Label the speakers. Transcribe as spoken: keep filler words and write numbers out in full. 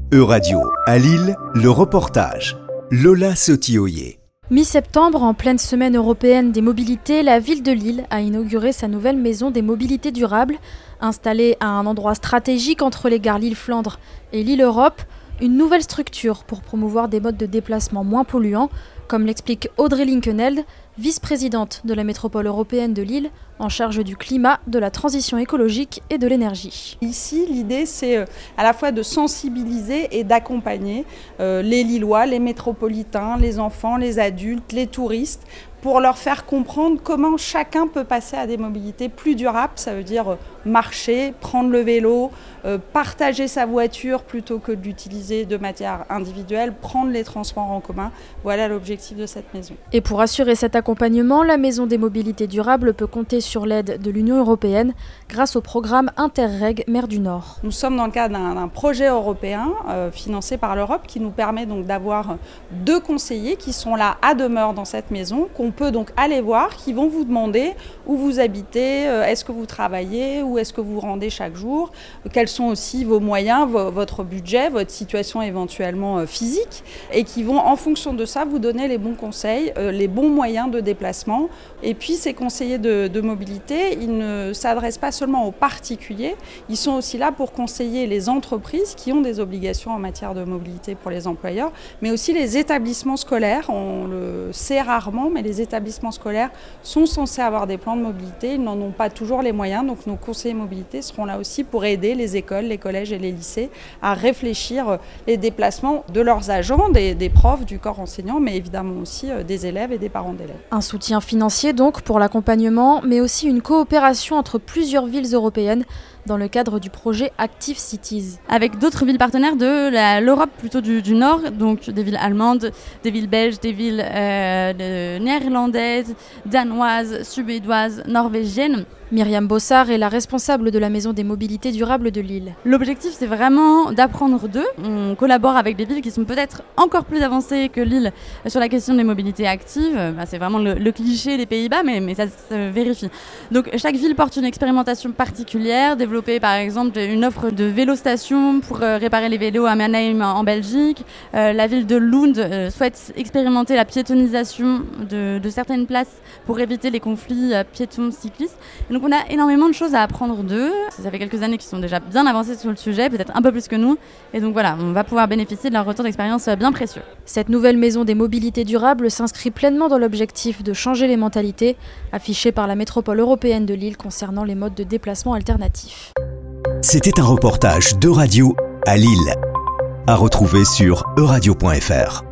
Speaker 1: Euradio, à Lille, le reportage. Lola Sotioyer.
Speaker 2: Mi-septembre, en pleine semaine européenne des mobilités, la ville de Lille a inauguré sa nouvelle maison des mobilités durables. Installée à un endroit stratégique entre les gares Lille-Flandre et Lille-Europe, une nouvelle structure pour promouvoir des modes de déplacement moins polluants, comme l'explique Audrey Linkenheld, vice-présidente de la métropole européenne de Lille, en charge du climat, de la transition écologique et de l'énergie.
Speaker 3: Ici, l'idée, c'est à la fois de sensibiliser et d'accompagner euh, les Lillois, les métropolitains, les enfants, les adultes, les touristes, pour leur faire comprendre comment chacun peut passer à des mobilités plus durables. Ça veut dire marcher, prendre le vélo, euh, partager sa voiture plutôt que de l'utiliser de manière individuelle, prendre les transports en commun. Voilà l'objectif de cette maison.
Speaker 2: Et pour assurer cet accompagnement, la Maison des mobilités durables peut compter sur l'aide de l'Union européenne grâce au programme Interreg Mer du Nord.
Speaker 3: Nous sommes dans le cadre d'un, d'un projet européen euh, financé par l'Europe qui nous permet donc d'avoir deux conseillers qui sont là à demeure dans cette maison, qu'on peut donc aller voir, qui vont vous demander où vous habitez, euh, est-ce que vous travaillez, où est-ce que vous vous rendez chaque jour, euh, quels sont aussi vos moyens, vo- votre budget, votre situation éventuellement euh, physique, et qui vont en fonction de ça vous donner les bons conseils, euh, les bons moyens de déplacement. Et puis ces conseillers de, de mobilité, ils ne s'adressent pas seulement aux particuliers, ils sont aussi là pour conseiller les entreprises qui ont des obligations en matière de mobilité pour les employeurs, mais aussi les établissements scolaires. On le sait rarement, mais les établissements scolaires sont censés avoir des plans de mobilité, ils n'en ont pas toujours les moyens, donc nos conseillers mobilité seront là aussi pour aider les écoles, les collèges et les lycées à réfléchir les déplacements de leurs agents, des, des profs, du corps enseignant, mais évidemment aussi des élèves et des parents d'élèves.
Speaker 2: Un soutien financier donc pour l'accompagnement, mais aussi une coopération entre plusieurs villes européennes dans le cadre du projet Active Cities.
Speaker 4: Avec d'autres villes partenaires de la, l'Europe plutôt du, du Nord, donc des villes allemandes, des villes belges, des villes euh, de néerlandaises, danoises, suédoises, norvégiennes.
Speaker 2: Myriam Bossard est la responsable de la Maison des mobilités durables de Lille.
Speaker 4: L'objectif, c'est vraiment d'apprendre d'eux. On collabore avec des villes qui sont peut-être encore plus avancées que Lille sur la question des mobilités actives. Bah, c'est vraiment le, le cliché des Pays-Bas, mais, mais ça se vérifie. Donc chaque ville porte une expérimentation particulière, développer par exemple une offre de vélostation pour euh, réparer les vélos à Mannheim en Belgique. Euh, la ville de Lund euh, souhaite expérimenter la piétonisation de, de certaines places pour éviter les conflits euh, piétons-cyclistes. Donc on a énormément de choses à apprendre d'eux. Ça fait quelques années qu'ils sont déjà bien avancés sur le sujet, peut-être un peu plus que nous. Et donc voilà, on va pouvoir bénéficier de leur retour d'expérience bien précieux.
Speaker 2: Cette nouvelle maison des mobilités durables s'inscrit pleinement dans l'objectif de changer les mentalités affiché par la métropole européenne de Lille concernant les modes de déplacement alternatifs.
Speaker 1: C'était un reportage d'Euradio à Lille, à retrouver sur euradio point f r.